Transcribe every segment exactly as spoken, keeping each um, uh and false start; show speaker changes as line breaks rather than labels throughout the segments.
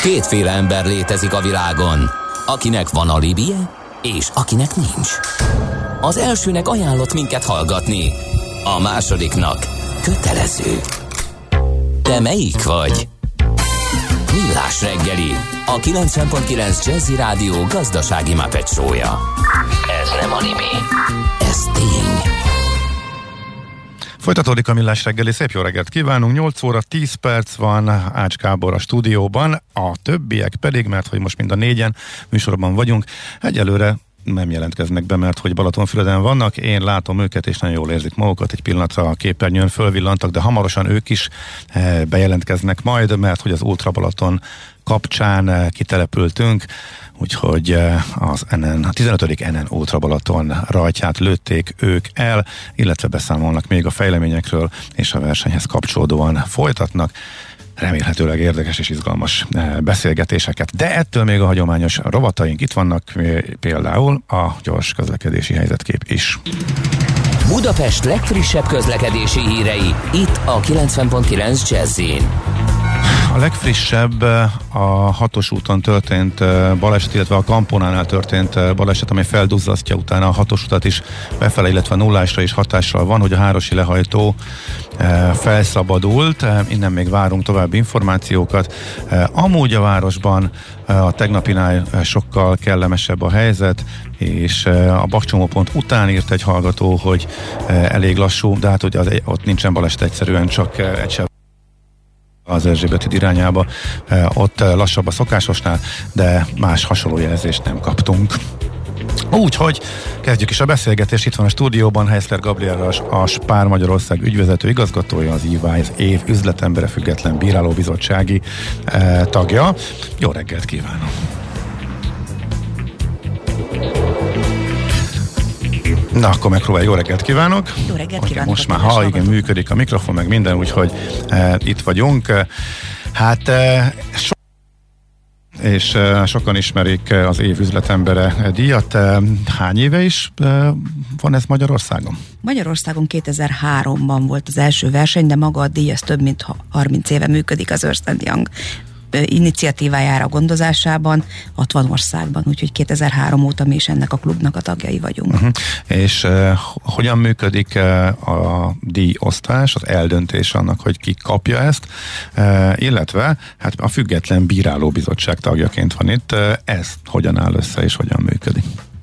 Kétféle ember létezik a világon, akinek van alibije, és akinek nincs. Az elsőnek ajánlott minket hallgatni, a másodiknak kötelező. Te melyik vagy? Millás reggeli, a kilencven pont kilenc Jazzy Rádió gazdasági Muppet show-ja. Ez nem anime, ez tény.
Folytatódik a Millás reggeli, szép jó reggelt kívánunk, nyolc óra tíz perc van, Ács Gábor a stúdióban, a többiek pedig, mert hogy most mind a négyen műsorban vagyunk, egyelőre nem jelentkeznek be, mert hogy Balatonfüreden vannak, én látom őket, és nagyon jól érzik magukat, egy pillanatra a képernyőn fölvillantak, de hamarosan ők is bejelentkeznek majd, mert hogy az Ultra Balaton kapcsán kitelepültünk, úgyhogy az en en, a tizenötödik en en Ultra Balaton rajtját lőtték ők el, illetve beszámolnak még a fejleményekről, és a versenyhez kapcsolódóan folytatnak remélhetőleg érdekes és izgalmas beszélgetéseket. De ettől még a hagyományos rovataink itt vannak, például a gyors közlekedési helyzetkép is.
Budapest legfrissebb közlekedési hírei, itt a kilencven pont kilenc Jazzyn.
A legfrissebb a hatos úton történt baleset, illetve a Kamponánál történt baleset, amely felduzzasztja utána a hatos utat is befele, illetve nullásra is hatással van, hogy a Hárosi lehajtó felszabadult. Innen még várunk további információkat. Amúgy a városban a tegnapinál sokkal kellemesebb a helyzet, és a bakcsomópont után írt egy hallgató, hogy elég lassú, de hát hogy az, ott nincsen baleset, egyszerűen csak egy sem az Erzsébet irányába. Ott lassabb a szokásosnál, de más hasonló jelzést nem kaptunk. Úgyhogy kezdjük is a beszélgetést. Itt van a stúdióban Heiszler Gabriella, a Spár Magyarország ügyvezető igazgatója, az i vé i az év üzletembere független bírálóbizottsági eh, tagja. Jó reggelt kívánok! Na, akkor megpróbálj, jó reggelt kívánok!
Jó reggelt
okay,
kívánok!
Most már ha igen, működik a mikrofon, meg minden, úgyhogy eh, itt vagyunk. Hát eh, so- és uh, sokan ismerik uh, az év üzletembere díjat. Uh, hány éve is uh, van ez Magyarországon?
Magyarországon kétezer-háromban volt az első verseny, de maga a díj az több mint harminc éve működik az Ernst and Young iniciatívájára gondozásában, hatvan országban, úgyhogy kétezer-három óta mi is ennek a klubnak a tagjai vagyunk. Uh-huh.
És uh, hogyan működik uh, a díjosztás, az eldöntés annak, hogy ki kapja ezt, uh, illetve hát a független bírálóbizottság tagjaként van itt. Uh, ez hogyan áll össze és hogyan működik?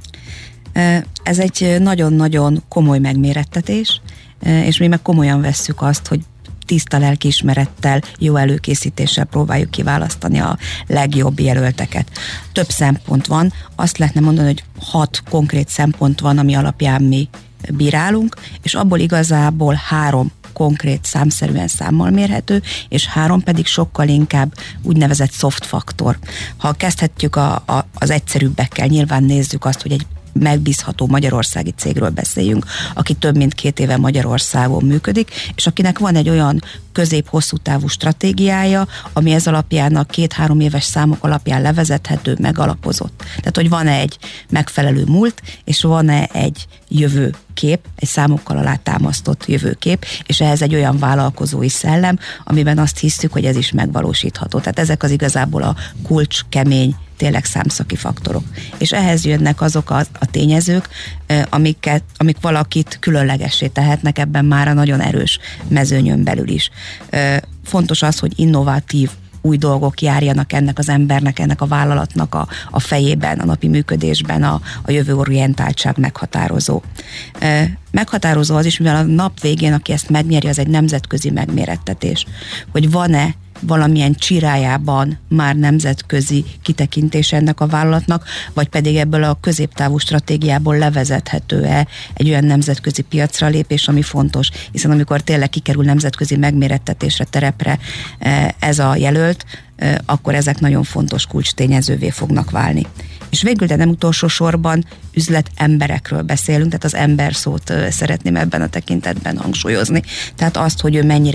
Uh, ez egy nagyon-nagyon komoly megmérettetés, uh, és mi meg komolyan vesszük azt, hogy tiszta lelkiismerettel, jó előkészítéssel próbáljuk kiválasztani a legjobb jelölteket. Több szempont van, azt lehetne mondani, hogy hat konkrét szempont van, ami alapján mi bírálunk, és abból igazából három konkrét számszerűen számmal mérhető, és három pedig sokkal inkább úgynevezett soft faktor. Ha kezdhetjük a, a, az egyszerűbbekkel, nyilván nézzük azt, hogy egy megbízható magyarországi cégről beszéljünk, aki több mint két éve Magyarországon működik, és akinek van egy olyan közép-hosszú távú stratégiája, ami ez alapján a két-három éves számok alapján levezethető, megalapozott. Tehát, hogy van-e egy megfelelő múlt, és van-e egy jövőkép, egy számokkal alátámasztott jövőkép, és ehhez egy olyan vállalkozói szellem, amiben azt hiszük, hogy ez is megvalósítható. Tehát ezek az igazából a kulcs, kemény, tényleg számszaki faktorok. És ehhez jönnek azok a, a tényezők, amiket, amik valakit különlegessé tehetnek ebben már a nagyon erős mezőnyön belül is. Fontos az, hogy innovatív új dolgok járjanak ennek az embernek, ennek a vállalatnak a, a fejében, a napi működésben, a, a jövőorientáltság meghatározó. Meghatározó az is, mivel a nap végén, aki ezt megnyeri, az egy nemzetközi megmérettetés, hogy van-e valamilyen csirájában már nemzetközi kitekintés ennek a vállalatnak, vagy pedig ebből a középtávú stratégiából levezethető-e egy olyan nemzetközi piacra lépés, ami fontos, hiszen amikor tényleg kikerül nemzetközi megmérettetésre, terepre ez a jelölt, akkor ezek nagyon fontos kulcstényezővé fognak válni. És végül, de nem utolsó sorban üzletemberekről beszélünk, tehát az ember szót szeretném ebben a tekintetben hangsúlyozni. Tehát azt, hogy ő mennyire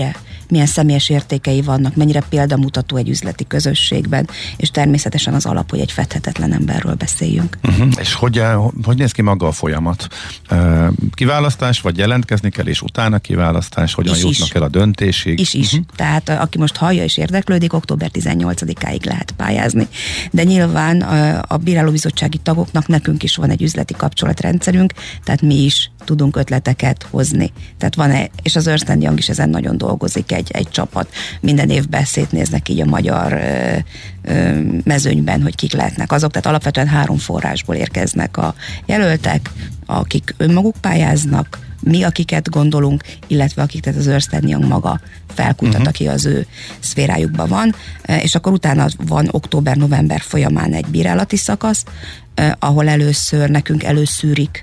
milyen személyes értékei vannak, mennyire példamutató egy üzleti közösségben, és természetesen az alap, hogy egy fedhetetlen emberről beszéljünk.
Uh-huh. És hogy, hogy néz ki maga a folyamat? Kiválasztás, vagy jelentkezni kell, és utána kiválasztás, hogyan is jutnak is. el a döntésig?
Is, is. Uh-huh. Tehát aki most hallja és érdeklődik, október tizennyolcadikáig lehet pályázni. De nyilván a, a bírálóbizottsági tagoknak nekünk is van egy üzleti kapcsolatrendszerünk, tehát mi is tudunk ötleteket hozni. Tehát van -e, és az Ernst and Young is ezen nagyon dolgozik, egy, egy csapat. Minden évben szétnéznek így a magyar ö, ö, mezőnyben, hogy kik lehetnek azok. Tehát alapvetően három forrásból érkeznek a jelöltek, akik önmaguk pályáznak, mi, akiket gondolunk, illetve akik, tehát az Ernst and Young maga felkutat, uh-huh. aki az ő szférájukban van, és akkor utána van október-november folyamán egy bírálati szakasz, ahol először nekünk előszűrik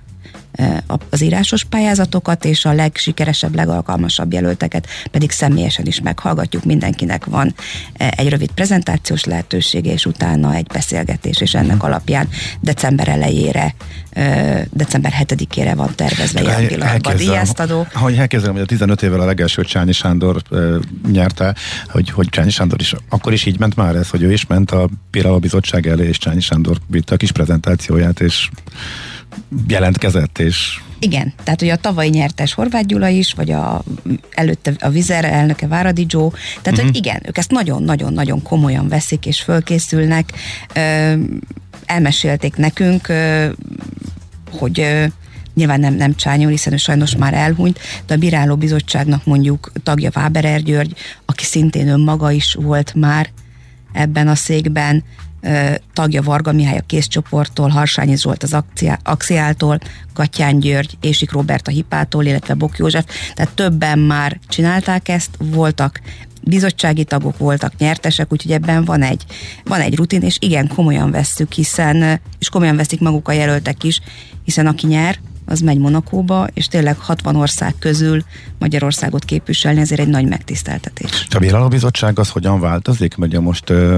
az írásos pályázatokat, és a legsikeresebb, legalkalmasabb jelölteket pedig személyesen is meghallgatjuk. Mindenkinek van egy rövid prezentációs lehetősége, és utána egy beszélgetés, és ennek alapján december elejére, december hetedikére van tervezve ilyen pillanatban díjaztadó.
Ahogy elképzelem, hogy a tizenöt évvel a legelső Csányi Sándor e, nyerte, hogy, hogy Csányi Sándor is, akkor is így ment már ez, hogy ő is ment a bírálóbizottság elé, és Csányi Sándor vitte a kis prezentációját, és jelentkezett, és...
Igen, tehát ugye a tavalyi nyertes Horváth Gyula is, vagy a, előtte a Vizer elnöke Váradi Joe, tehát uh-huh. hogy igen, ők ezt nagyon-nagyon-nagyon komolyan veszik, és fölkészülnek. Ö, elmesélték nekünk, ö, hogy ö, nyilván nem, nem Csányol, hiszen ő sajnos már elhunyt, de a bírálóbizottságnak mondjuk tagja Váberer György, aki szintén önmaga is volt már ebben a székben, tagja Varga Mihály a Készcsoporttól, Harsányi Zsolt az Axiáltól, Gattyán György, Ésik Róbert a Hipától, illetve Bok József, tehát többen már csinálták ezt, voltak bizottsági tagok, voltak nyertesek, úgyhogy ebben van egy, van egy rutin, és igen, komolyan vesszük, hiszen, és komolyan veszik maguk a jelöltek is, hiszen aki nyer, az megy Monakóba, és tényleg hatvan ország közül Magyarországot képviselni, ezért egy nagy megtiszteltetés.
A bírálóbizottság az hogyan változik? Mert most ö,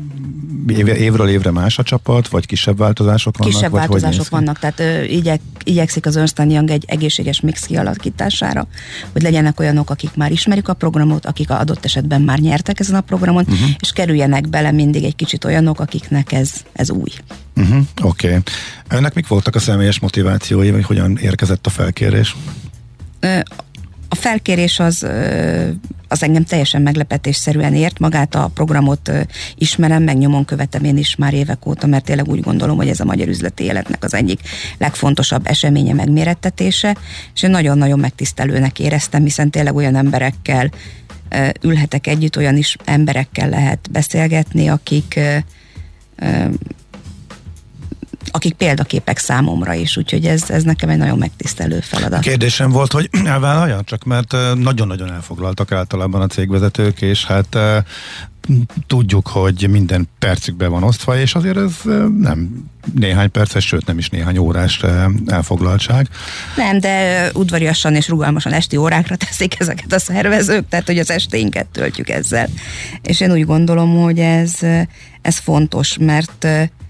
év, évről évre más a csapat, vagy kisebb változások vannak?
Kisebb
vagy
változások vannak, tehát ö, igyek, igyekszik az Ernst and Young egy egészséges mix kialakítására, hogy legyenek olyanok, akik már ismerik a programot, akik adott esetben már nyertek ezen a programon, uh-huh. és kerüljenek bele mindig egy kicsit olyanok, akiknek ez, ez új.
Uh-huh. Oké. Okay. Önnek mik voltak a személyes motivációi, vagy hogyan érkezett a felkérés?
A felkérés az, az engem teljesen meglepetésszerűen ért. Magát a programot ismerem, meg nyomon követem én is már évek óta, mert tényleg úgy gondolom, hogy ez a magyar üzleti életnek az egyik legfontosabb eseménye, megmérettetése, és én nagyon-nagyon megtisztelőnek éreztem, hiszen tényleg olyan emberekkel ülhetek együtt, olyan is emberekkel lehet beszélgetni, akik akik példaképek számomra is, úgyhogy ez, ez nekem egy nagyon megtisztelő feladat.
A kérdésem volt, hogy elvállalja, csak mert nagyon-nagyon elfoglaltak általában a cégvezetők, és hát tudjuk, hogy minden percükben van osztva, és azért ez nem néhány perces, sőt nem is néhány órás elfoglaltság.
Nem, de udvariasan és rugalmasan esti órákra teszik ezeket a szervezők, tehát hogy az esténket töltjük ezzel. És én úgy gondolom, hogy ez, ez fontos, mert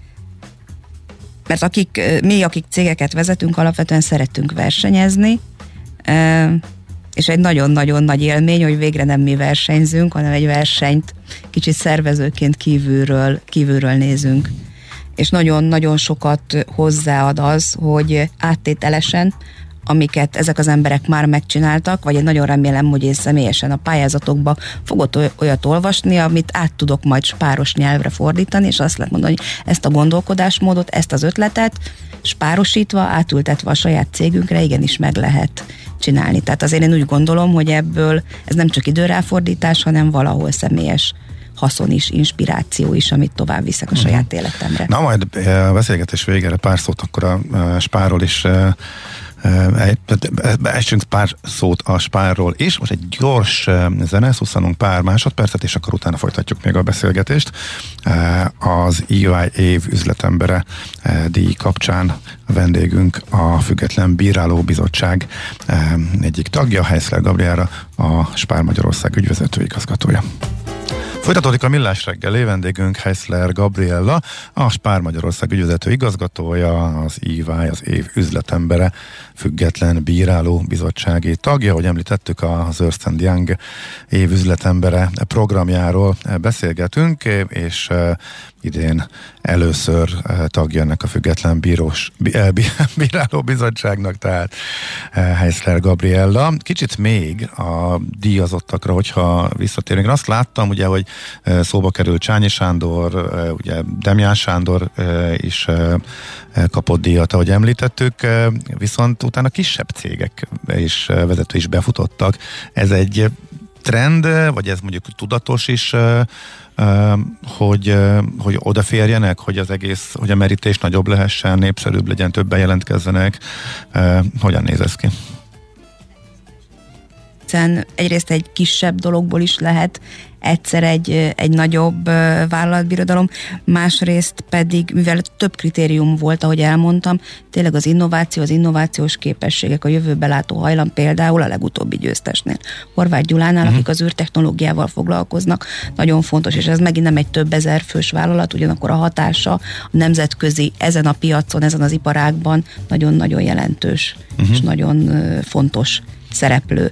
mert akik, mi, akik cégeket vezetünk, alapvetően szeretünk versenyezni, és egy nagyon-nagyon nagy élmény, hogy végre nem mi versenyzünk, hanem egy versenyt kicsit szervezőként kívülről, kívülről nézünk. És nagyon-nagyon sokat hozzáad az, hogy áttételesen, amiket ezek az emberek már megcsináltak, vagy én nagyon remélem, hogy én személyesen a pályázatokba fogok olyat olvasni, amit át tudok majd spáros nyelvre fordítani, és azt lehet mondani, hogy ezt a gondolkodásmódot, ezt az ötletet spárosítva, átültetve a saját cégünkre igenis meg lehet csinálni. Tehát azért én úgy gondolom, hogy ebből ez nem csak időráfordítás, hanem valahol személyes haszon is, inspiráció is, amit tovább viszek a saját életemre.
Na majd a beszélgetés végére pár szót akkor a spárról is Essünk pár szót a spárról, és most egy gyors zene, szusszanunk pár másodpercet, és akkor utána folytatjuk még a beszélgetést. Az é u i év üzletembere díj kapcsán a vendégünk a Független Bírálóbizottság egyik tagja, Heisler Gabriella, a Spár Magyarország ügyvezető igazgatója. Folytatódik a Millás reggeli, vendégünk Heisler Gabriella, a Spár Magyarország ügyvezető igazgatója, az í vé i, az év üzletembere, független bíráló bizottsági tagja, ahogy említettük, az Ernst and Young év üzletembere programjáról beszélgetünk, és idén először tagja ennek a független bírós, bíráló bizottságnak, tehát Heisler Gabriella. Kicsit még a díjazottakra, hogyha visszatérünk. Azt láttam, ugye, hogy szóba került Csányi Sándor, ugye Demján Sándor is kapott díjat, ahogy említettük, viszont utána kisebb cégek és vezető is befutottak. Ez egy trend, vagy ez mondjuk tudatos is, hogy, hogy odaférjenek, hogy az egész, hogy a merítés nagyobb lehessen, népszerűbb legyen, többen jelentkezzenek. Hogyan néz ez ki?
Egyrészt egy kisebb dologból is lehet egyszer egy, egy nagyobb vállalatbirodalom, másrészt pedig, mivel több kritérium volt, ahogy elmondtam, tényleg az innováció, az innovációs képességek, a jövőbe látó hajlam például a legutóbbi győztesnél, Horváth Gyulánál, uh-huh. akik az űrtechnológiával foglalkoznak, nagyon fontos, és ez megint nem egy több ezer fős vállalat, ugyanakkor a hatása a nemzetközi, ezen a piacon, ezen az iparágban nagyon-nagyon jelentős, uh-huh. és nagyon fontos szereplő.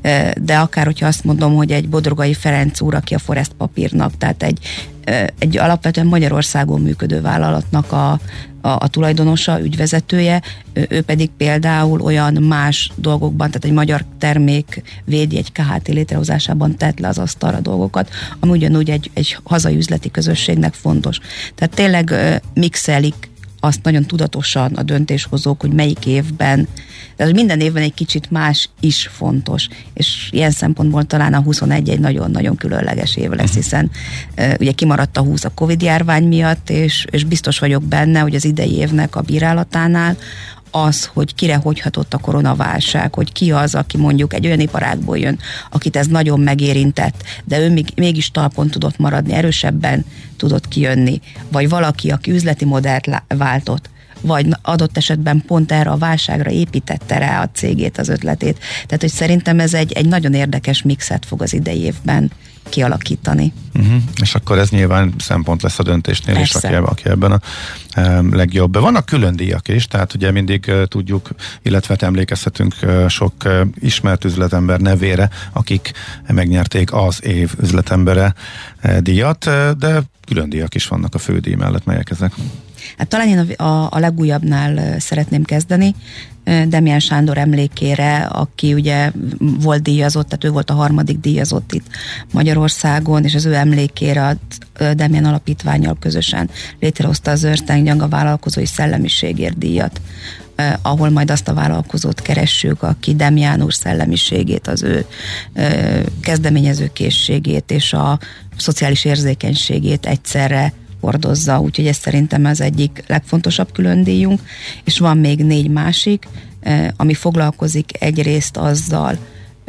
De akár, hogyha azt mondom, hogy egy Bodrogai Ferenc úr, aki a Forest Papírnak, tehát egy, egy alapvetően Magyarországon működő vállalatnak a, a, a tulajdonosa, ügyvezetője, ő pedig például olyan más dolgokban, tehát egy magyar termék védi egy ká há té létrehozásában tett le az asztalra dolgokat, ami ugyanúgy egy, egy hazai üzleti közösségnek fontos. Tehát tényleg mixelik azt nagyon tudatosan a döntéshozók, hogy melyik évben, de minden évben egy kicsit más is fontos, és ilyen szempontból talán a huszonegy egy nagyon-nagyon különleges év lesz, hiszen uh, ugye kimaradt a húsz a Covid járvány miatt, és, és biztos vagyok benne, hogy az idei évnek a bírálatánál az, hogy kire hogy hatott a koronaválság, hogy ki az, aki mondjuk egy olyan iparágból jön, akit ez nagyon megérintett, de ő még, mégis talpon tudott maradni, erősebben tudott kijönni, vagy valaki, aki üzleti modellt váltott, vagy adott esetben pont erre a válságra építette rá a cégét, az ötletét. Tehát, hogy szerintem ez egy, egy nagyon érdekes mixet fog az idei évben kialakítani.
Uh-huh. És akkor ez nyilván szempont lesz a döntésnél is, aki, aki ebben a e, legjobb. Vannak külön díjak is, tehát ugye mindig e, tudjuk, illetve emlékezhetünk e, sok e, ismert üzletember nevére, akik megnyerték az év üzletembere e, díjat, e, de külön díjak is vannak a fődíj mellett, melyek ezek?
Hát talán én a, a, a legújabbnál szeretném kezdeni, Demján Sándor emlékére, aki ugye volt díjazott, tehát ő volt a harmadik díjazott itt Magyarországon, és az ő emlékére a Demján Alapítvánnyal közösen létrehozta az Ernst and Young a vállalkozói szellemiségért díjat, eh, ahol majd azt a vállalkozót keressük, aki Demján úr szellemiségét, az ő eh, kezdeményezőkészségét és a szociális érzékenységét egyszerre hordozza, úgyhogy ez szerintem az egyik legfontosabb külön díjunk, és van még négy másik, ami foglalkozik egyrészt azzal,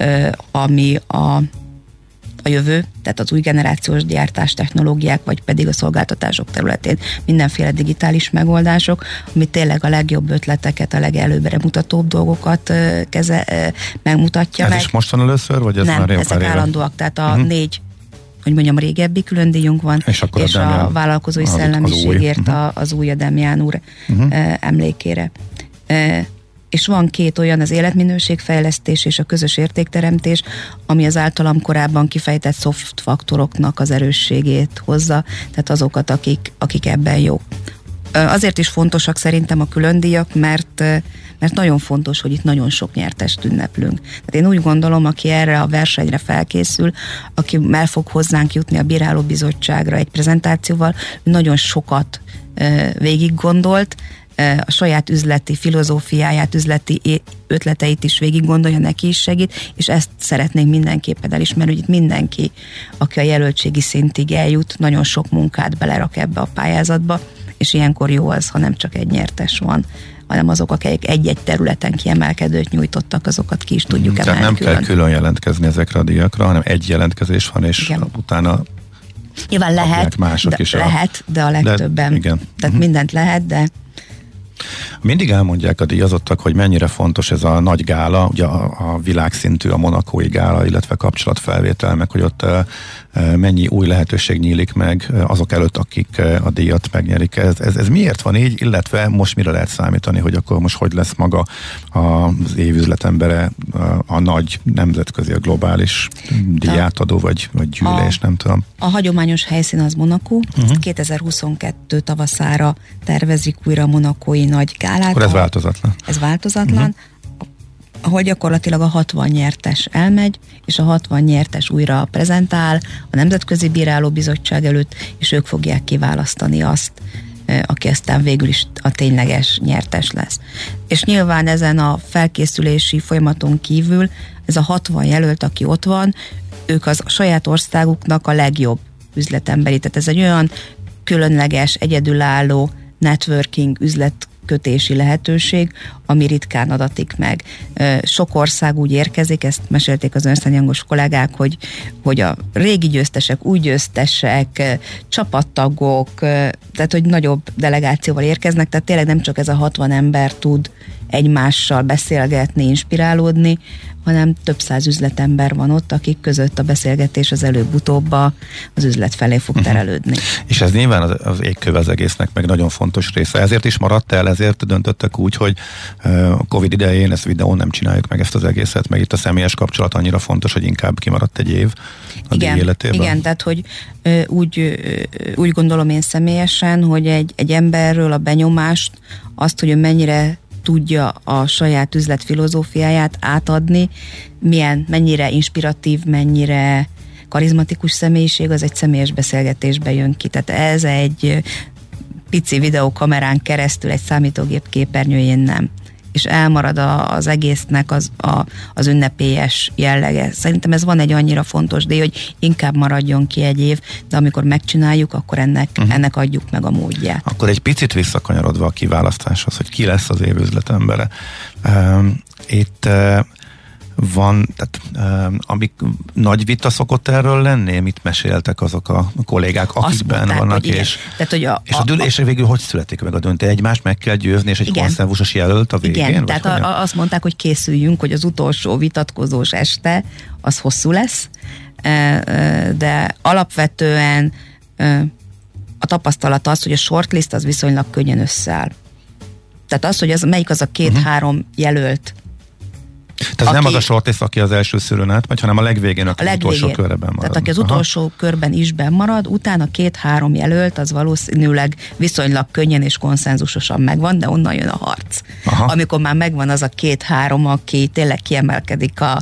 ami a, a jövő, tehát az új generációs gyártás technológiák, vagy pedig a szolgáltatások területén mindenféle digitális megoldások, ami tényleg a legjobb ötleteket, a legelőbbre mutatóbb dolgokat keze, megmutatja
ez
meg.
Ez is most van először, vagy ez
Nem,
már
ezek
már
állandóak, tehát a uh-huh. négy, hogy mondjam, régebbi külön díjunk van, és, és a, Demján, a vállalkozói az, szellemiségért az új, uh-huh. az új a Demján úr uh-huh. emlékére. És van két olyan, az életminőségfejlesztés és a közös értékteremtés, ami az általam korábban kifejtett soft faktoroknak az erősségét hozza, tehát azokat, akik, akik ebben jók. Azért is fontosak szerintem a külön díjak, mert, mert nagyon fontos, hogy itt nagyon sok nyertest ünneplünk. Tehát én úgy gondolom, aki erre a versenyre felkészül, aki el fog hozzánk jutni a bírálóbizottságra egy prezentációval, nagyon sokat végig gondolt, a saját üzleti filozófiáját, üzleti ötleteit is végig gondolja, neki is segít, és ezt szeretnénk mindenképpen elismerni, hogy itt mindenki, aki a jelöltségi szintig eljut, nagyon sok munkát belerak ebbe a pályázatba, és ilyenkor jó az, ha nem csak egy nyertes van, hanem azok, akik egy-egy területen kiemelkedőt nyújtottak, azokat ki is tudjuk
Tehát
emelni
nem
külön.
kell külön jelentkezni ezekre a díjakra, hanem egy jelentkezés van, és igen. utána
nyilván lehet,
mások
de,
is
lehet, de a legtöbben.
De, igen.
Tehát
uh-huh.
mindent lehet, de
Mindig elmondják a díjazottak, hogy mennyire fontos ez a nagy gála, ugye a, a világszintű, a monakói gála, illetve kapcsolatfelvétel, meg hogy ott e, mennyi új lehetőség nyílik meg azok előtt, akik a díjat megnyerik. Ez, ez, ez miért van így, illetve most mire lehet számítani, hogy akkor most hogy lesz maga az év üzletembere, a, a nagy nemzetközi, a globális díjátadó, vagy, vagy gyűlés, a, nem tudom.
A hagyományos helyszín az Monakó, uh-huh. kétezer-huszonkettő tavaszára tervezik újra a monakói nagy gálát.
Akkor ez változatlan.
Ez változatlan. Uh-huh. Ahol gyakorlatilag a hatvan nyertes elmegy, és a hatvan nyertes újra prezentál a Nemzetközi Bírálóbizottság előtt, és ők fogják kiválasztani azt, aki aztán végül is a tényleges nyertes lesz. És nyilván ezen a felkészülési folyamaton kívül ez a hatvan jelölt, aki ott van, ők az a saját országuknak a legjobb üzletemberi. Tehát ez egy olyan különleges, egyedülálló networking üzlet kötési lehetőség, ami ritkán adatik meg. Sok ország úgy érkezik, ezt mesélték az Ernst and Young-os kollégák, hogy, hogy a régi győztesek, új győztesek, csapattagok, tehát hogy nagyobb delegációval érkeznek, tehát tényleg nem csak ez a hatvan ember tud egymással beszélgetni, inspirálódni, hanem több száz üzletember van ott, akik között a beszélgetés az előbb-utóbb az üzlet felé fog terelődni. Uh-huh.
És ez nyilván az, az égköve az egésznek meg nagyon fontos része. Ezért is maradt el, ezért döntöttek úgy, hogy a Covid idején ezt videón nem csináljuk meg ezt az egészet, meg itt a személyes kapcsolat annyira fontos, hogy inkább kimaradt egy év a díj életében.
Igen, tehát hogy úgy, úgy gondolom én személyesen, hogy egy, egy emberről a benyomást, azt, hogy ő mennyire tudja a saját üzlet filozófiáját átadni, milyen, mennyire inspiratív, mennyire karizmatikus személyiség, az egy személyes beszélgetésbe jön ki. Tehát ez egy pici videókamerán keresztül, egy számítógép képernyőjén nem. És elmarad a, az egésznek az, a, az ünnepélyes jellege. Szerintem ez van egy annyira fontos díj, hogy inkább maradjon ki egy év, de amikor megcsináljuk, akkor ennek, uh-huh. ennek adjuk meg a módját.
Akkor egy picit visszakanyarodva a kiválasztáshoz, hogy ki lesz az év üzletembere. Um, itt uh, van, tehát um, amik nagy vita szokott erről lenni, mit meséltek azok a kollégák, akikben mondták, vannak, és,
tehát, hogy a,
és, a, a, és végül hogy születik meg a döntés? Egymást meg kell győzni, és egy igen. konszenzusos jelölt a végén?
Igen, tehát a, a, azt mondták, hogy készüljünk, hogy az utolsó vitatkozós este az hosszú lesz, de alapvetően a tapasztalat az, hogy a shortlist az viszonylag könnyen összeáll. Tehát az, hogy az, melyik az a két-három uh-huh. jelölt,
tehát aki, nem az a shortlist, aki az első szülőn átmegy, hanem a legvégén, aki a legvégén, az utolsó körben marad.
Tehát aki az Aha. utolsó körben is benmarad, utána két-három jelölt, az valószínűleg viszonylag könnyen és konszenzusosan megvan, de onnan jön a harc. Aha. Amikor már megvan az a két-három, aki tényleg kiemelkedik a,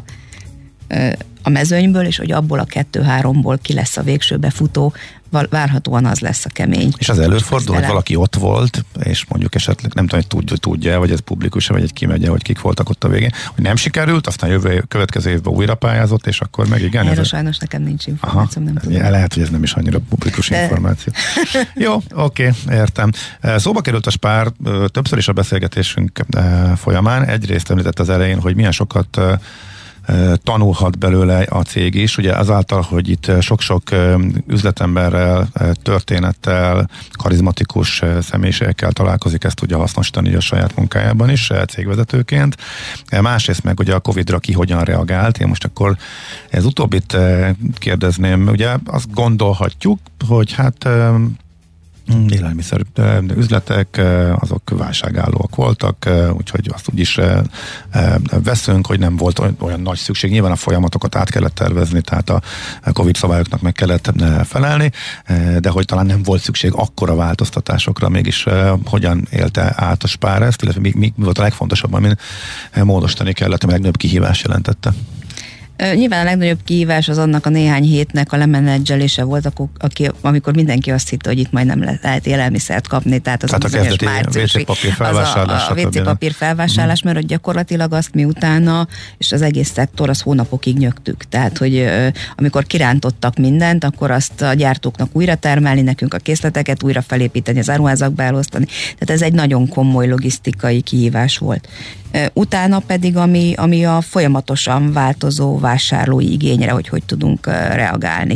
a mezőnyből, és hogy abból a kettő-háromból ki lesz a végső befutó, várhatóan az lesz a kemény.
És az előfordul, hogy valaki ott volt, és mondjuk esetleg nem tudom, hogy tudja, tudja, vagy ez publikus, vagy egy kimegye, hogy kik voltak ott a végén, hogy nem sikerült, aztán jövő következő évben újra pályázott, és akkor meg igen.
Erről sajnos nekem nincs információ, nem tudom.
Ja, lehet, hogy ez nem is annyira publikus De... információ. Jó, oké, okay, értem. Szóba került a Spár többször is a beszélgetésünk folyamán. Egyrészt említett az elején, hogy milyen sokat tanulhat belőle a cég is, ugye azáltal, hogy itt sok-sok üzletemberrel, történettel, karizmatikus személyiségekkel találkozik, ezt tudja hasznosítani a saját munkájában is, cégvezetőként. Másrészt meg ugye a Covidra ki hogyan reagált. Én most akkor ez utóbbit kérdezném, ugye azt gondolhatjuk, hogy hát élelmiszer üzletek, azok válságállóak voltak, úgyhogy azt úgy is veszünk, hogy nem volt olyan nagy szükség. Nyilván a folyamatokat át kellett tervezni, tehát a Covid szabályoknak meg kellett felelni, de hogy talán nem volt szükség akkora változtatásokra, mégis hogyan élte át a Spár ezt, illetve mi, mi volt a legfontosabb, amin módosítani kellett, a legnagyobb kihívás jelentette?
Nyilván a legnagyobb kihívás az annak a néhány hétnek a lemenedzselése volt, aki, amikor mindenki azt hitte, hogy itt majd nem lehet élelmiszert kapni, tehát az
tehát a bizonyos márciusi vé cé-papír felvásárlás,
a, a vé cé-papír felvásárlás, mert hogy gyakorlatilag azt mi utána, és az egész szektor, az hónapokig nyögtük. Tehát, hogy amikor kirántottak mindent, akkor azt a gyártóknak újra termelni, nekünk a készleteket újra felépíteni, az áruházakba elosztani. Tehát ez egy nagyon komoly logisztikai kihívás volt. Utána pedig, ami, ami a folyamatosan változó vásárlói igényre, hogy hogy tudunk reagálni.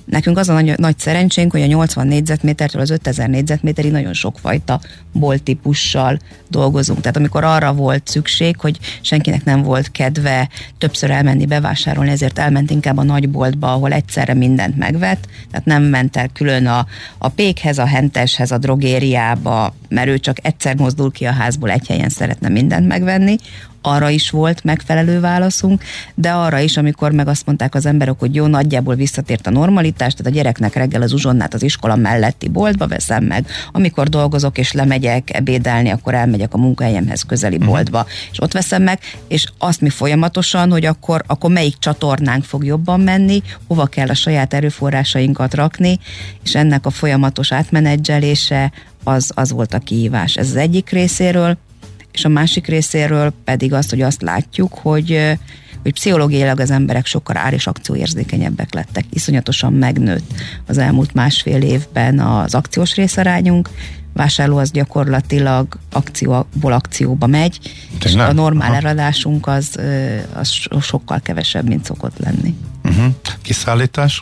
Nekünk az a nagy, nagy szerencsénk, hogy a nyolcvan négyzetmétertől az ötezer négyzetméterig nagyon sokfajta bolttípussal dolgozunk. Tehát amikor arra volt szükség, hogy senkinek nem volt kedve többször elmenni bevásárolni, ezért elment inkább a nagyboltba, ahol egyszerre mindent megvett, tehát nem ment el külön a, a pékhez, a henteshez, a drogériába, mert ő csak egyszer mozdul ki a házból, egy helyen szeretne mindent megvenni. Arra is volt megfelelő válaszunk, de arra is, amikor meg azt mondták az emberek, hogy jó, nagyjából visszatért a normalitás, tehát a gyereknek reggel az uzsonnát az iskola melletti boltba veszem meg, amikor dolgozok és lemegyek ebédelni, akkor elmegyek a munkahelyemhez közeli boltba, és ott veszem meg, és azt mi folyamatosan, hogy akkor, akkor melyik csatornánk fog jobban menni, hova kell a saját erőforrásainkat rakni, és ennek a folyamatos átmenedzselése az, az volt a kihívás. Ez az egyik részéről, és a másik részéről pedig azt, hogy azt látjuk, hogy, hogy pszichológiailag az emberek sokkal ár- és akcióérzékenyebbek lettek. Iszonyatosan megnőtt az elmúlt másfél évben az akciós részarányunk, vásárló az gyakorlatilag akcióból akcióba megy, és a normál Aha. eladásunk az, az sokkal kevesebb, mint szokott lenni.
Uh-huh. Kiszállítás?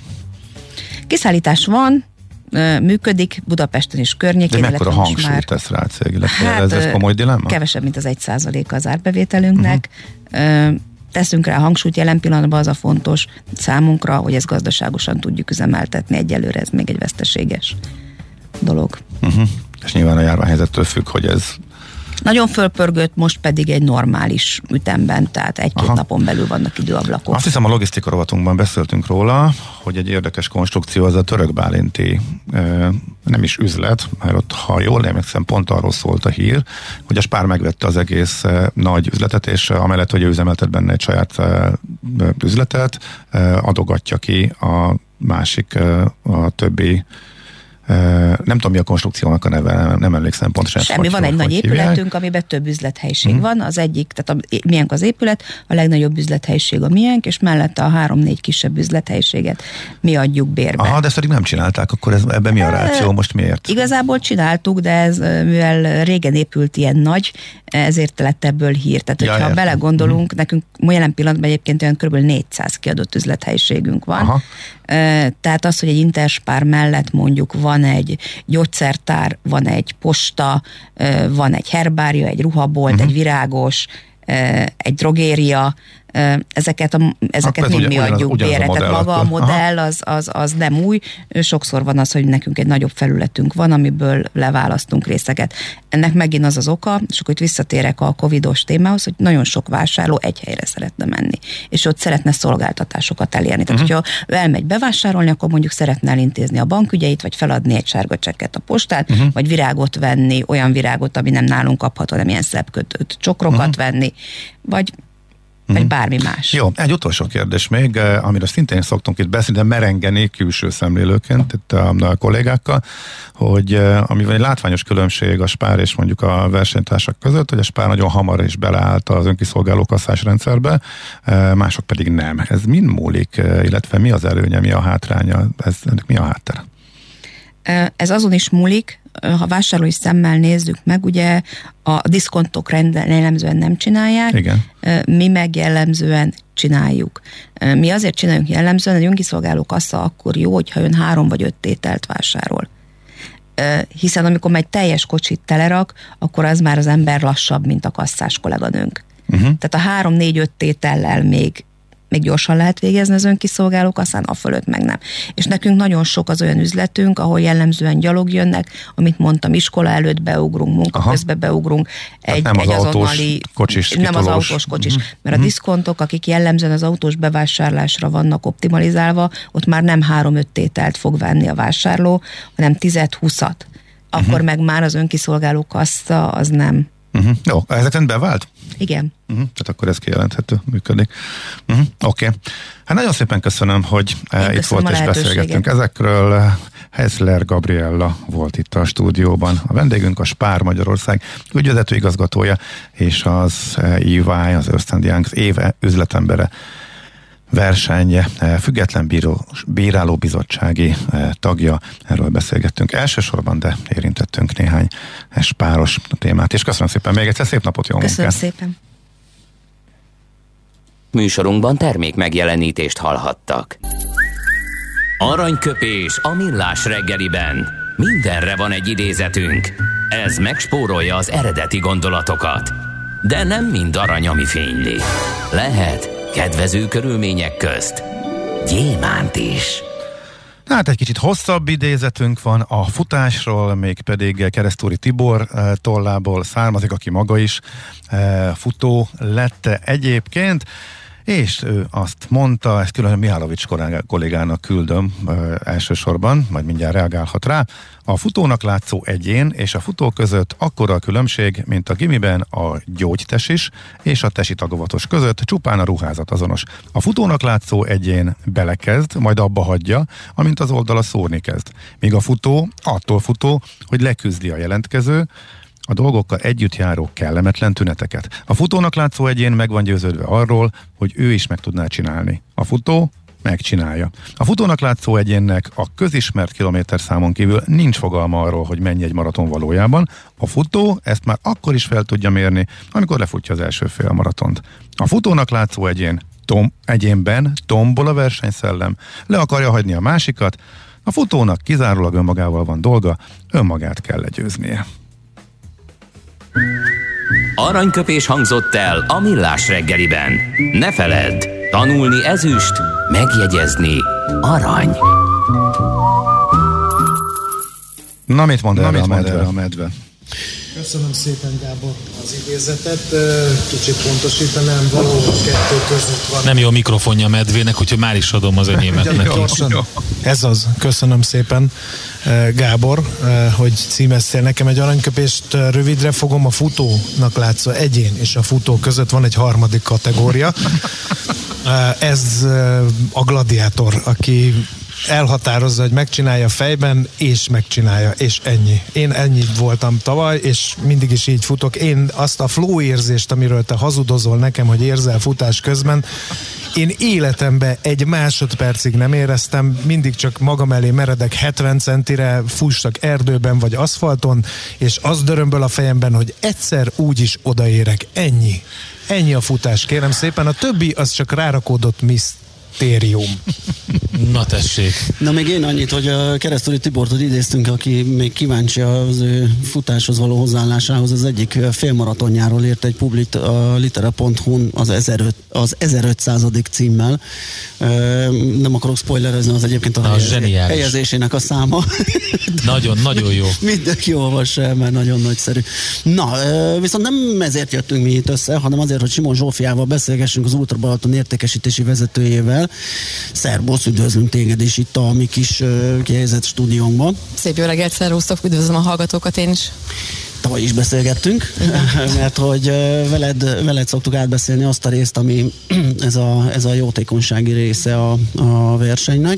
Kiszállítás van, működik, Budapesten is környékén.
De mekkora hangsúlyt már... tesz rá a cég, illetve hát, ez, ez komoly dilemma?
Kevesebb, mint az egy százalék az árbevételünknek. Uh-huh. Teszünk rá hangsúlyt, jelen pillanatban az a fontos számunkra, hogy ezt gazdaságosan tudjuk üzemeltetni. Egyelőre ez még egy veszteséges dolog.
Uh-huh. És nyilván a járványhelyzettől függ, hogy ez
nagyon fölpörgött, most pedig egy normális ütemben, tehát egy-két Aha. napon belül vannak időablakok.
Azt hiszem a logisztika rovatunkban beszéltünk róla, hogy egy érdekes konstrukció az a török bálinti nem is üzlet, mert ott, ha jól emlékszem, pont arról szólt a hír, hogy a Spár megvette az egész nagy üzletet, és amellett, hogy ő üzemeltet benne egy saját üzletet, adogatja ki a másik, a többi Uh, nem tudom, mi a konstrukciónak a neve, nem, nem emlékszem pontosan.
Semmi, van egy nagy épületünk, hívják. Amiben több üzlethelyiség uh-huh. van. Az egyik, tehát a, miénk az épület, a legnagyobb üzlethelyiség a miénk, és mellette a három-négy kisebb üzlethelyiséget mi adjuk bérbe.
Aha, de ezt pedig nem csinálták, akkor ez, ebben mi a ráció, most miért?
Igazából csináltuk, de ez, mivel régen épült ilyen nagy, ezért lett ebből hír. Tehát, ja, hogyha értem. belegondolunk, uh-huh. nekünk jelen pillanatban egyébként olyan kb. négyszáz kiadott üzlethelyiségünk van. Aha. Tehát az, hogy egy Interspár mellett mondjuk van egy gyógyszertár, van egy posta, van egy herbária, egy ruhabolt, uh-huh. egy virágos, egy drogéria, ezeket, a, ezeket mind mi adjuk bérre. Tehát maga a modell az, az, az nem új. Sokszor van az, hogy nekünk egy nagyobb felületünk van, amiből leválasztunk részeket. Ennek megint az az oka, és akkor itt visszatérek a covidos témához, hogy nagyon sok vásárló egy helyre szeretne menni, és ott szeretne szolgáltatásokat elérni. Tehát, uh-huh. hogyha ő elmegy bevásárolni, akkor mondjuk szeretne elintézni a bankügyeit, vagy feladni egy sárga csekket a postát, uh-huh. vagy virágot venni, olyan virágot, ami nem nálunk kapható, hanem ilyen szebb kötött csokrokat uh-huh. venni, vagy vagy mm. bármi más.
Jó, egy utolsó kérdés még, amiről szintén szoktunk itt beszélni, de merengeni külső szemlélőként itt a, a kollégákkal, hogy ami van egy látványos különbség a Spár és mondjuk a versenytársak között, hogy a Spár nagyon hamar is beleállt az önkiszolgáló kasszás rendszerbe, mások pedig nem. Ez mind múlik, illetve mi az előnye, mi a hátránya, ez, ennek mi a háttere?
Ez azon is múlik, ha vásárlói szemmel nézzük meg, ugye a diszkontok jellemzően nem csinálják, Igen. mi meg jellemzően csináljuk. Mi azért csináljuk jellemzően, hogy önkiszolgáló kassa akkor jó, hogyha ön három vagy öt tételt vásárol. Hiszen amikor egy teljes kocsit telerak, akkor az már az ember lassabb, mint a kasszás kolléganőnk. Uh-huh. Tehát a három-négy-öt tétellel még még gyorsan lehet végezni az önkiszolgálók, aztán a fölött meg nem. És nekünk nagyon sok az olyan üzletünk, ahol jellemzően gyalog jönnek, amit mondtam, iskola előtt beugrunk, munka Aha. közben beugrunk, egy,
nem
egy
az
azonnali,
kocsis,
nem az autós kocsis, uh-huh. mert a diszkontok, akik jellemzően az autós bevásárlásra vannak optimalizálva, ott már nem három-öt tételt fog venni a vásárló, hanem tizet-húszat. Akkor uh-huh. meg már az önkiszolgáló kassa az nem.
Uh-huh. Jó, ezek szerint bevált?
Igen.
Uh-huh. Tehát akkor ez kijelenthető, működik. Uh-huh. Oké. Okay. Hát nagyon szépen köszönöm, hogy Én itt volt és beszélgettünk ezekről. Heisler Gabriella volt itt a stúdióban. A vendégünk a Spár Magyarország ügyvezető igazgatója, és az e y, az Ernst and Young éve üzletembere versenye, független bíró, bírálóbizottsági tagja, erről beszélgettünk elsősorban, de érintettünk néhány spáros témát, és köszönöm szépen még egyszer, szép napot, jó
Köszönöm
munkát!
szépen!
Műsorunkban termék megjelenítést hallhattak. Aranyköpés a millás reggeliben. Mindenre van egy idézetünk. Ez megspórolja az eredeti gondolatokat. De nem mind arany, ami fényli. Lehet kedvező körülmények közt gyémánt is.
Hát egy kicsit hosszabb idézetünk van a futásról, mégpedig Keresztúri Tibor tollából származik, aki maga is futó lett egyébként, és ő azt mondta, ezt különben Mihálovics kollégának küldöm ö, elsősorban, majd mindjárt reagálhat rá. A futónak látszó egyén és a futó között akkora a különbség, mint a gimiben a gyógytesis és a tesi tagovatos között, csupán a ruházat azonos. A futónak látszó egyén belekezd, majd abba hagyja, amint az oldala szórni kezd. Míg a futó attól futó, hogy leküzdi a jelentkező, a dolgokkal együtt járó kellemetlen tüneteket. A futónak látszó egyén meg van győződve arról, hogy ő is meg tudná csinálni. A futó megcsinálja. A futónak látszó egyénnek a közismert kilométerszámon kívül nincs fogalma arról, hogy mennyi egy maraton valójában. A futó ezt már akkor is fel tudja mérni, amikor lefutja az első fél maratont. A futónak látszó egyén tom, egyénben tombol a versenyszellem, le akarja hagyni a másikat. A futónak kizárólag önmagával van dolga, önmagát kell legyőznie.
Aranyköpés hangzott el a millás reggeliben. Ne feledd, tanulni ezüst, megjegyezni arany.
Na, mit mond erre a medve? a medve?
Köszönöm szépen, Gábor, az idézetet. Kicsit pontosítanám, valahol kettő között van.
Nem jó a mikrofonja a medvének, úgyhogy már is adom az enyémet neki.
Ez az. Köszönöm szépen, Gábor, hogy címeztél nekem egy aranyköpést. Rövidre fogom, a futónak látszó egyén és a futó között van egy harmadik kategória. Ez a gladiátor, aki elhatározza, hogy megcsinálja fejben, és megcsinálja, és ennyi. Én ennyi voltam tavaly, és mindig is így futok. Én azt a flow érzést, amiről te hazudozol nekem, hogy érzel futás közben, én életemben egy másodpercig nem éreztem, mindig csak magam elé meredek hetven centire, fussak erdőben vagy aszfalton, és az dörömböl a fejemben, hogy egyszer úgyis odaérek. Ennyi. Ennyi a futás, kérem szépen. A többi az csak rárakódott miszt. Térium.
Na tessék.
Na még én annyit, hogy a Keresztúri Tibortot idéztünk, aki még kíváncsi az ő futáshoz való hozzáállásához. Az egyik félmaratonjáról írt egy publit a litera pont hu-n az, az ezerötszázadik címmel. Nem akarok spoilerezni, az egyébként a
Na,
helyez, helyezésének a száma.
Nagyon, nagyon jó.
Mindenki olvassa el, mert nagyon nagyszerű. Na, viszont nem ezért jöttünk mi itt össze, hanem azért, hogy Simon Zsófiával beszélgessünk, az Ultra Balaton értékesítési vezetőjével. Szerbusz, üdvözlünk téged is itt a mi kis uh, kihelyezett stúdiónkban.
Szép jó reggelt, szervusztok, üdvözlöm a hallgatókat én is.
Tavaly is beszélgettünk, mert hogy uh, veled, veled szoktuk átbeszélni azt a részt, ami ez a, ez a jótékonysági része a, a versenynek,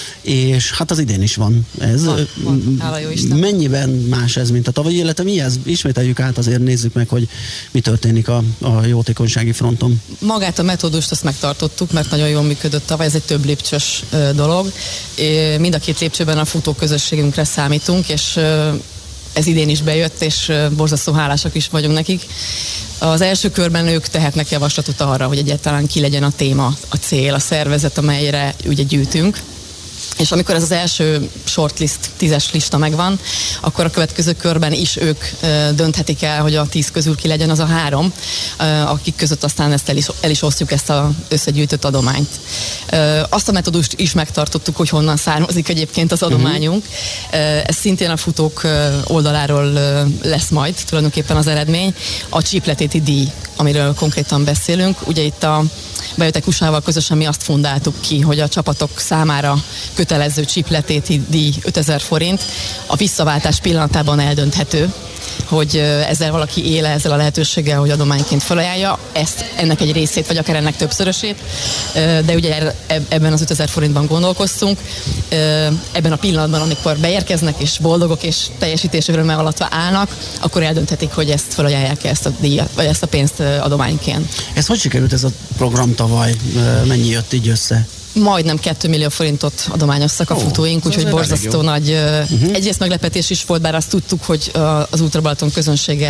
és hát az idén is van ez.
Van, van. Hála jó Isten.
Mennyiben más ez, mint a tavalyi, illetve mi ez? Ismételjük át, azért nézzük meg, hogy mi történik a, a jótékonysági fronton.
Magát a metódust azt megtartottuk, mert nagyon jól működött tavaly, ez egy több lépcsős ö, dolog. É, mind a két lépcsőben a futóközösségünkre számítunk, és ö, ez idén is bejött, és ö, borzasztó hálásak is vagyunk nekik. Az első körben ők tehetnek javaslatot arra, hogy egyáltalán ki legyen a téma, a cél, a szervezet, amelyre ugye gyűjtünk. És amikor ez az első shortlist, tízes lista megvan, akkor a következő körben is ők ö, dönthetik el, hogy a tíz közül ki legyen az a három, ö, akik között aztán ezt el is, el is osztjuk, ezt az összegyűjtött adományt. Ö, azt a metódust is megtartottuk, hogy honnan származik egyébként az adományunk. Ö, ez szintén a futók oldaláról ö, lesz majd tulajdonképpen az eredmény. A csípletéti díj, amiről konkrétan beszélünk. Ugye itt a Biotek u es á-val közösen mi azt fundáltuk ki, hogy a csapatok számára kötelező csípletéti díj ötezer forint, a visszaváltás pillanatában eldönthető, hogy ezzel valaki éle ezzel a lehetőséggel, hogy adományként felajánlja ezt, ennek egy részét, vagy akár ennek többszörösét, de ugye ebben az ötezer forintban gondolkoztunk. Ebben a pillanatban, amikor beérkeznek, és boldogok, és teljesítés örömmel alatva állnak, akkor eldönthetik, hogy ezt felajánlják ezt a díjat, vagy ezt a pénzt adományként.
Ez hogy sikerült ez a program tavaly? Mennyi jött így össze?
majdnem két millió forintot adományoztak a
Ó,
futóink, úgyhogy borzasztó nagy, uh-huh. egyrészt meglepetés is volt, bár azt tudtuk, hogy az Ultra Balaton közönsége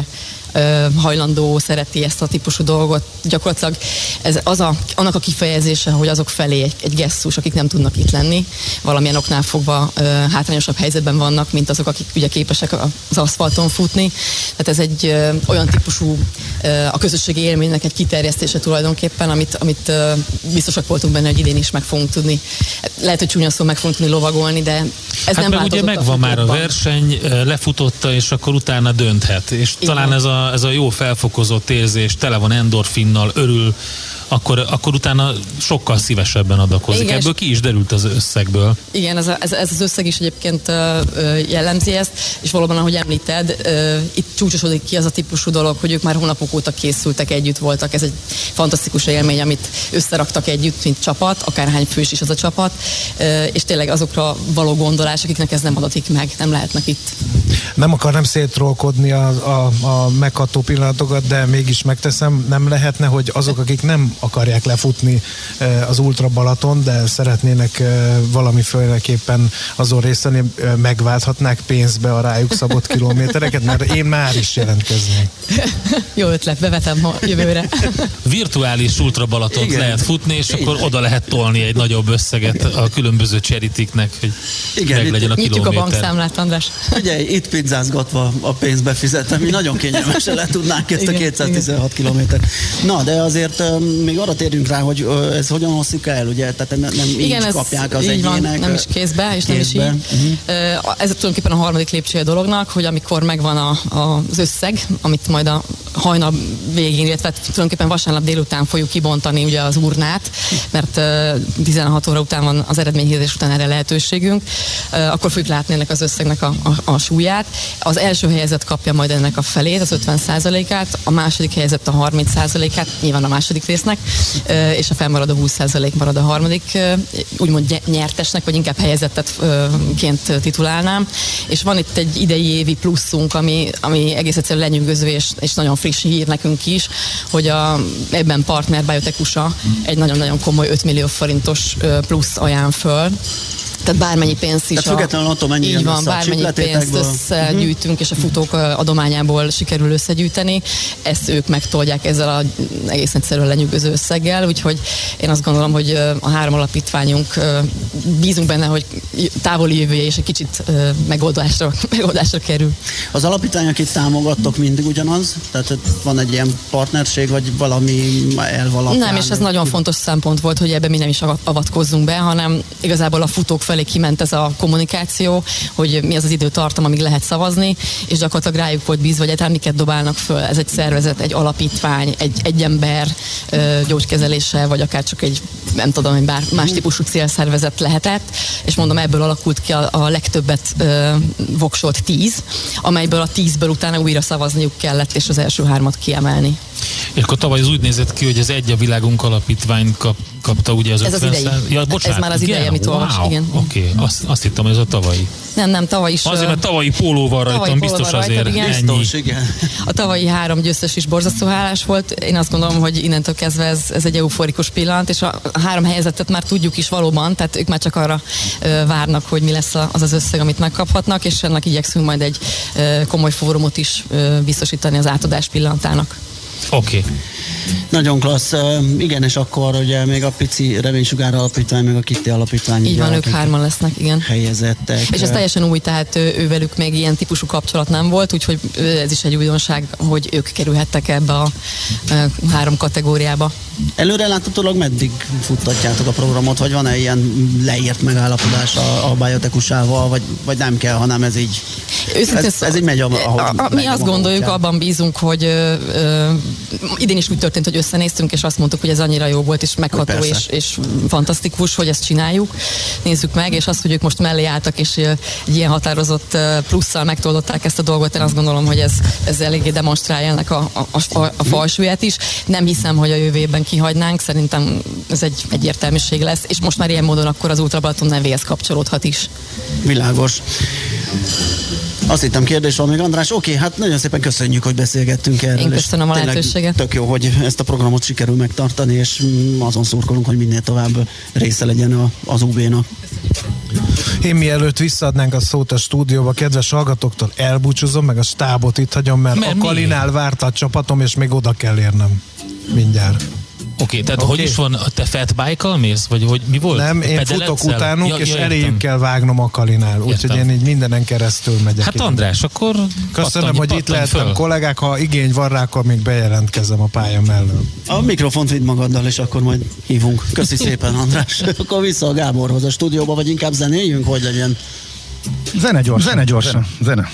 hajlandó, szereti ezt a típusú dolgot. Gyakorlatilag ez az a, annak a kifejezése, hogy azok felé egy, egy gesztus, akik nem tudnak itt lenni, valamilyen oknál fogva uh, hátrányosabb helyzetben vannak, mint azok, akik ugye képesek az aszfalton futni. Tehát ez egy uh, olyan típusú uh, a közösségi élménynek egy kiterjesztése tulajdonképpen, amit, amit uh, biztosak voltunk benne, hogy idén is meg fogunk tudni. Lehet, hogy csúnya szó, meg fogunk tudni lovagolni, de ez
hát
nem
meg ugye megvan már a verseny, lefutotta, és akkor utána dönthet. És igen. Talán ez a ez a jó felfokozott érzés, tele van endorfinnal, örül, akkor, akkor utána sokkal szívesebben adakozik. Igen, ebből ki is derült az összegből.
Igen, ez, a, ez, ez az összeg is egyébként uh, jellemzi ezt, és valóban, ahogy említed, uh, itt csúcsosodik ki az a típusú dolog, hogy ők már hónapok óta készültek, együtt voltak. Ez egy fantasztikus élmény, amit összeraktak együtt, mint csapat, akárhány fős is az a csapat, uh, és tényleg azokra való gondolás, akiknek ez nem adatik meg, nem lehetnek itt.
Nem akarnám szétrolkodni a, a, a megható pillanatokat, de mégis megteszem, nem lehetne, hogy azok, akik nem akarják lefutni az Ultra Balaton, de szeretnének valamiféleképpen azon részt venni, megválthatnák pénzbe a rájuk szabott kilométereket, mert én már is jelentkeznék.
Jó ötlet, bevetem jövőre.
Virtuális Ultra Balatont igen. lehet futni, és igen. akkor oda lehet tolni egy nagyobb összeget a különböző charitiknek, hogy igen, meg legyen a kilométer.
Nyitjuk a bankszámlát, András.
Ugye, itt pizzázgatva a pénzt befizetem, mi nagyon kényelmesen le tudnánk ezt igen, a kétszáztizenhat kilométert. Na, de azért még arra térjünk rá, hogy ez hogyan hosszuk el, ugye? Tehát nem, nem igen, így kapják az egyének. Van,
nem is kézbe, és kézbe. Nem is így. Uh-huh. Ez tulajdonképpen a harmadik lépcsője a dolognak, hogy amikor megvan a, a, az összeg, amit majd a hajnal végén, illetve tulajdonképpen vasárnap délután fogjuk kibontani ugye az urnát, mert uh, tizenhat óra után van az eredményhirdés után erre lehetőségünk, uh, akkor fogjuk látni ennek az összegnek a, a, a súlyát. Az első helyezett kapja majd ennek a felét, az ötven százalékát, a második helyezett a harminc százalékát, nyilván a második résznek, és a felmaradó húsz százalék marad a harmadik, úgymond nyertesnek, vagy inkább helyezettetként titulálnám. És van itt egy idei évi pluszunk, ami, ami egész egyszerűen lenyűgöző, és, és nagyon friss hír nekünk is, hogy a, ebben partner Biotech u es á egy nagyon-nagyon komoly öt millió forintos plusz ajánl föl. Tehát bármennyi pénzt is.
Tehát függetlenül attól mennyi
így van, bármennyi pénzt összegyűjtünk, és a futók adományából sikerül összegyűjteni, ezt ők megtoldják ezzel az egész egyszerűen lenyűgöző összeggel, úgyhogy én azt gondolom, hogy a három alapítványunk bízunk benne, hogy távoli jövője és egy kicsit megoldásra, megoldásra kerül.
Az alapítvány, akit támogattok, mindig ugyanaz? Tehát van egy ilyen partnerség, vagy valami elv alapján?
Nem, és ez nagyon fontos szempont volt, hogy ebben mi nem is avatkozzunk be, hanem igazából a futók felé kiment ez a kommunikáció, hogy mi az az időtartam, amíg lehet szavazni, és gyakorlatilag rájuk volt bízva, hogy egyáltalán miket dobálnak föl. Ez egy szervezet, egy alapítvány, egy, egy ember gyógykezelése, vagy akár csak egy, nem tudom, egy bár más típusú célszervezet lehetett, és mondom, ebből alakult ki a, a legtöbbet ö, voksolt tíz, amelyből a tízből utána újra szavazniuk kellett, és az első hármat kiemelni.
És akkor tavaly az úgy nézett ki, hogy az Egy a Világunk alapítvány kap, kapta ugye az
ez
ötven
az idei.
Ja, bocsánat,
ez már az idei, amit
wow,
olvas, igen.
Oké, okay. azt, azt hittem, hogy ez a tavalyi.
Nem, nem, tavaly is.
Azért, mert tavalyi póló van rajtam, biztos
rajtad,
azért
igen.
ennyi.
Biztos, igen.
A tavalyi három győztes is borzasztó hálás volt. Én azt gondolom, hogy innentől kezdve ez, ez egy euforikus pillanat, és a három helyezettet már tudjuk is valóban, tehát ők már csak arra ö, várnak, hogy mi lesz az az összeg, amit megkaphatnak, és ennek igyekszünk majd egy ö, komoly fórumot is ö, biztosítani az átadás pillanatának.
Oké. Okay.
Nagyon klassz. Uh, igen, és akkor ugye még a pici Reménysugár alapítvány, meg a Kitti alapítvány.
Így van, ők hárman lesznek, igen.
Helyezettek.
És ez teljesen új, tehát ővelük még ilyen típusú kapcsolat nem volt, úgyhogy ez is egy újdonság, hogy ők kerülhettek ebbe a uh, három kategóriába.
Előreláthatólag meddig futtatjátok a programot, vagy van-e ilyen leírt megállapodás a, a Biotech u es á-val, vagy, vagy nem kell, hanem ez így ez, ez így megy, ahogy
a, a, Mi azt gondoljuk, kell. Abban bízunk, hogy ö, ö, idén is úgy történt, hogy összenéztünk, és azt mondtuk, hogy ez annyira jó volt, és megható, és, és fantasztikus, hogy ezt csináljuk. Nézzük meg, és azt, hogy ők most mellé álltak, és egy ilyen határozott plusszal megtoldották ezt a dolgot, én azt gondolom, hogy ez, ez eléggé demonstrálja ennek a, a, a, a falsúlyát is. Nem hiszem, hogy a jövő évben kihagynánk, szerintem ez egy egyértelműség lesz, és most már ilyen módon akkor az Ultra Balaton nevéhez kapcsolódhat is.
Világos. Azt hittem kérdés van még, András. Oké, okay, hát nagyon szépen köszönjük, hogy beszélgettünk erről.
Én köszönöm a lehetőséget.
Tök jó, hogy ezt a programot sikerül megtartani, és azon szurkolunk, hogy minél tovább része legyen a, az u bé-nak.
Én mielőtt visszaadnánk a szót a stúdióba, kedves hallgatóktól elbúcsúzom, meg a stábot itt hagyom, mert, mert a Kalinál várt a csapatom, és még oda kell érnem mindjárt.
Oké, okay, tehát
okay.
hogy is van, te fatbike-kal mész? Vagy hogy mi volt?
Nem, én futok utánuk, ja, és ja, eléjük kell vágnom a Kalinál, úgyhogy én így mindenen keresztül megyek.
Hát András, akkor
köszönöm,
pattanj,
hogy itt lehettem, kollégák, ha igény van rá, akkor még bejelentkezem a pálya mellől.
A mikrofont vidd magaddal, és akkor majd hívunk. Köszi szépen, András. Akkor vissza a Gáborhoz a stúdióba, vagy inkább zenéljünk, hogy legyen?
Zene gyorsan. Zene gyorsan. Zene.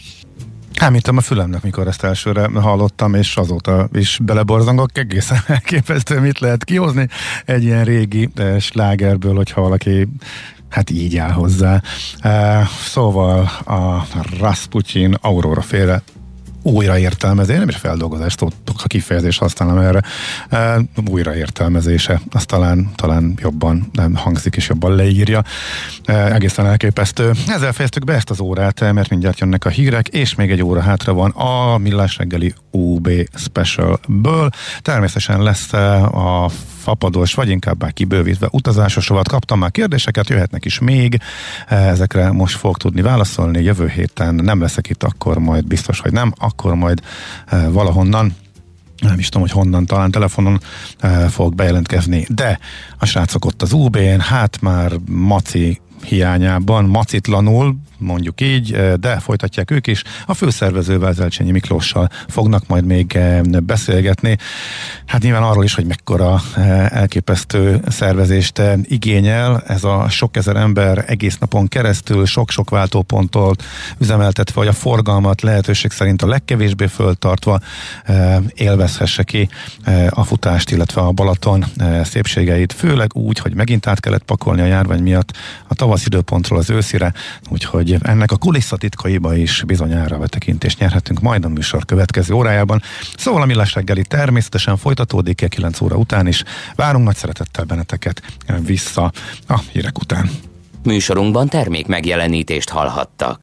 Hámítom a fülemnek, mikor ezt elsőre hallottam, és azóta is beleborzongok, egészen elképesztő, mit lehet kihozni egy ilyen régi slágerből, hogyha valaki hát így áll hozzá. Uh, szóval a Rasputin Aurora féle újraértelmezés, nem is feldolgozást tudok a kifejezést használom erre, uh, újraértelmezése, az talán, talán jobban nem hangzik és jobban leírja. Uh, egészen elképesztő. Ezzel fejeztük be ezt az órát, mert mindjárt jönnek a hírek, és még egy óra hátra van a Millás reggeli u bé Specialből. Természetesen lesz a fapados, vagy inkább kibővítve utazásos rovat. Kaptam már kérdéseket, jöhetnek is még. Ezekre most fogok tudni válaszolni. Jövő héten nem leszek itt, akkor majd biztos, hogy nem. Akkor majd valahonnan, nem is tudom, hogy honnan, talán telefonon fogok bejelentkezni. De a srácok ott az u bén, hát már maci hiányában, macitlanul, mondjuk így, de folytatják ők is. A főszervezővel, Zelcsényi Miklóssal fognak majd még beszélgetni. Hát nyilván arról is, hogy mekkora elképesztő szervezést igényel ez a sok ezer ember egész napon keresztül, sok-sok váltóponttól üzemeltetve, hogy a forgalmat lehetőség szerint a legkevésbé föltartva élvezhesse ki a futást, illetve a Balaton szépségeit, főleg úgy, hogy megint át kellett pakolni a járvány miatt a tavasz időpontról az őszire, úgyhogy ennek a kulisszatitkaiba is bizonyára betekintést nyerhetünk majd a műsor következő órájában. Szóval a Millás reggeli természetesen folytatódik kilenc óra után is. Várunk nagy szeretettel benneteket vissza a hírek után.
Műsorunkban termék megjelenítést hallhattak.